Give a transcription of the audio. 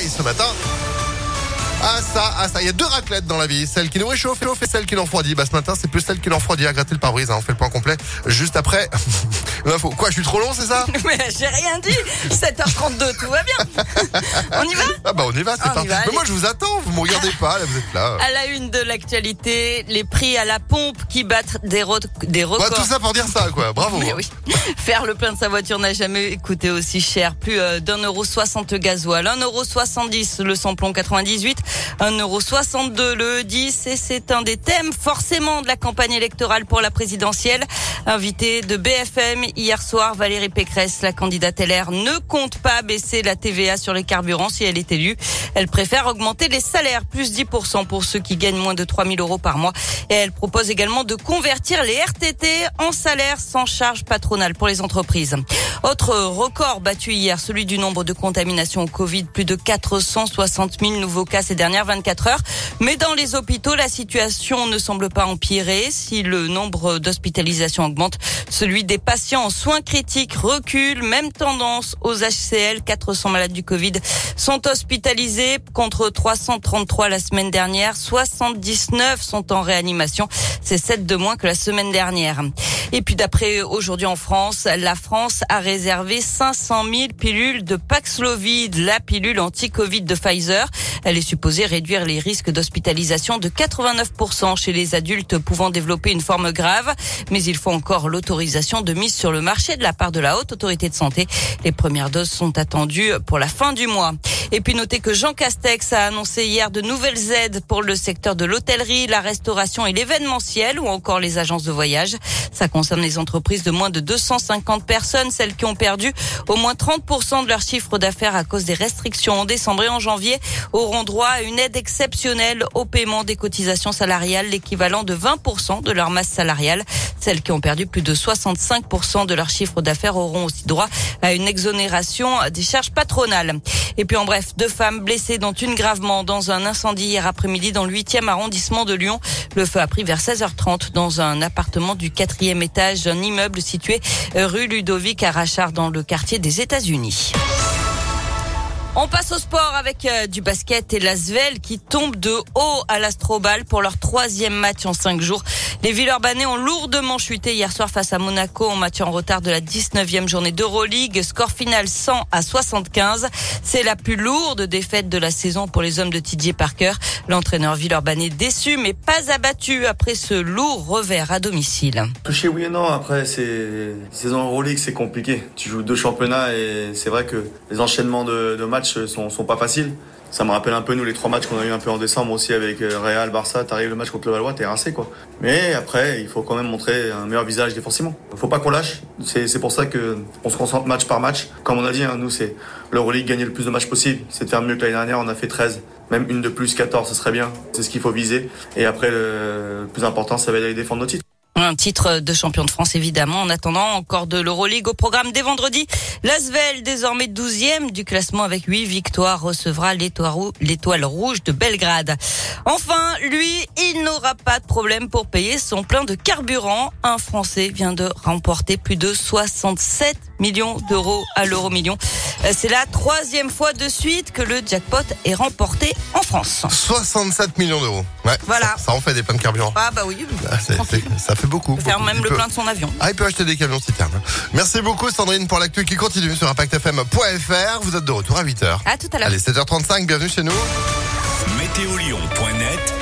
soleil ce matin. Ah ça, il y a deux raclettes dans la vie, celle qui nous réchauffe et celle qui l'enfroidit. Ce matin, c'est plus celle qui l'enfroidit à gratter le pare-brise. On fait le point complet juste après. Quoi, je suis trop long, c'est ça? Mais j'ai rien dit. 7h32, tout va bien. On y va? On y va, c'est parti. Mais moi, je vous attends, vous me regardez pas, là, vous êtes là. À la une de l'actualité, les prix à la pompe qui battent des records. Tout ça pour dire ça, quoi. Bravo. Mais oui. Faire le plein de sa voiture n'a jamais coûté aussi cher. Plus d'1,60€ le gasoil, 1,70€ le samplon 98, 1,62€ le E10. Et c'est un des thèmes forcément de la campagne électorale pour la présidentielle. Invitée de BFM hier soir, Valérie Pécresse, la candidate LR, ne compte pas baisser la TVA sur les carburants si elle est élue. Elle préfère augmenter les salaires, plus 10% pour ceux qui gagnent moins de 3 000 € par mois. Et elle propose également de convertir les RTT en salaires sans charge patronale pour les entreprises. Autre record battu hier, celui du nombre de contaminations au Covid, plus de 460 000 nouveaux cas ces dernières 24 heures. Mais dans les hôpitaux, la situation ne semble pas empirer. Si le nombre d'hospitalisations augmente, celui des patients en soins critiques recule. Même tendance aux HCL. 400 malades du Covid sont hospitalisés contre 333 la semaine dernière. 79 sont en réanimation. C'est 7 de moins que la semaine dernière. Et puis d'après Aujourd'hui en France, la France a réservé 500 000 pilules de Paxlovid, la pilule anti-Covid de Pfizer. Elle est supposée réduire les risques d'hospitalisation de 89% chez les adultes pouvant développer une forme grave. Mais il faut encore l'autorisation de mise sur le marché de la part de la Haute Autorité de Santé. Les premières doses sont attendues pour la fin du mois. Et puis notez que Jean Castex a annoncé hier de nouvelles aides pour le secteur de l'hôtellerie, la restauration et l'événementiel ou encore les agences de voyage. Ça concerne les entreprises de moins de 250 personnes, celles qui ont perdu au moins 30% de leur chiffre d'affaires à cause des restrictions en décembre et en janvier auront droit à une aide exceptionnelle au paiement des cotisations salariales, l'équivalent de 20% de leur masse salariale. Celles qui ont perdu plus de 65% de leur chiffre d'affaires auront aussi droit à une exonération des charges patronales. Et puis en bref, 2 femmes blessées dont une gravement dans un incendie hier après-midi dans le 8e arrondissement de Lyon. Le feu a pris vers 16h30 dans un appartement du 4e étage d'un immeuble situé rue Ludovic à Rachard dans le quartier des États-Unis. On passe au sport avec du basket et l'Asvel qui tombe de haut à l'Astrobal pour leur 3e match en 5 jours. Les Villeurbanais ont lourdement chuté hier soir face à Monaco en match en retard de la 19e journée d'Euroleague. Score final 100-75. C'est la plus lourde défaite de la saison pour les hommes de TJ Parker. L'entraîneur Villeurbanais déçu mais pas abattu après ce lourd revers à domicile. Touché oui et non, après saison Euroleague c'est compliqué. Tu joues 2 championnats et c'est vrai que les enchaînements de matchs sont pas faciles. Ça me rappelle un peu nous les 3 matchs qu'on a eu un peu en décembre aussi avec Real, Barça. T'arrives le match contre le Valois, t'es rincé quoi. Mais après, il faut quand même montrer un meilleur visage défensivement. Faut pas qu'on lâche. C'est pour ça que on se concentre match par match. Comme on a dit, nous c'est l'Euroleague, gagner le plus de matchs possible. C'est de faire mieux que l'année dernière. On a fait 13, même une de plus, 14, ce serait bien. C'est ce qu'il faut viser. Et après, le plus important, ça va être d'aller défendre nos titres. Un titre de champion de France, évidemment. En attendant, encore de l'Euroleague au programme dès vendredi. L'Asvel, désormais 12e du classement avec 8 victoires, recevra l'étoile rouge de Belgrade. Enfin, lui, il n'aura pas de problème pour payer son plein de carburant. Un Français vient de remporter plus de 67 millions d'euros à l'euro-million. C'est la 3e fois de suite que le jackpot est remporté en France. 67 millions d'euros. Ouais. Voilà. Ça en fait des pleins de carburant. Ah bah oui. Ça fait beaucoup. Il peut faire même le plein de son avion. Il peut acheter des camions citernes. Merci beaucoup Sandrine pour l'actu qui continue sur ImpactFM.fr. Vous êtes de retour à 8h. À tout à l'heure. Allez, 7h35, bienvenue chez nous.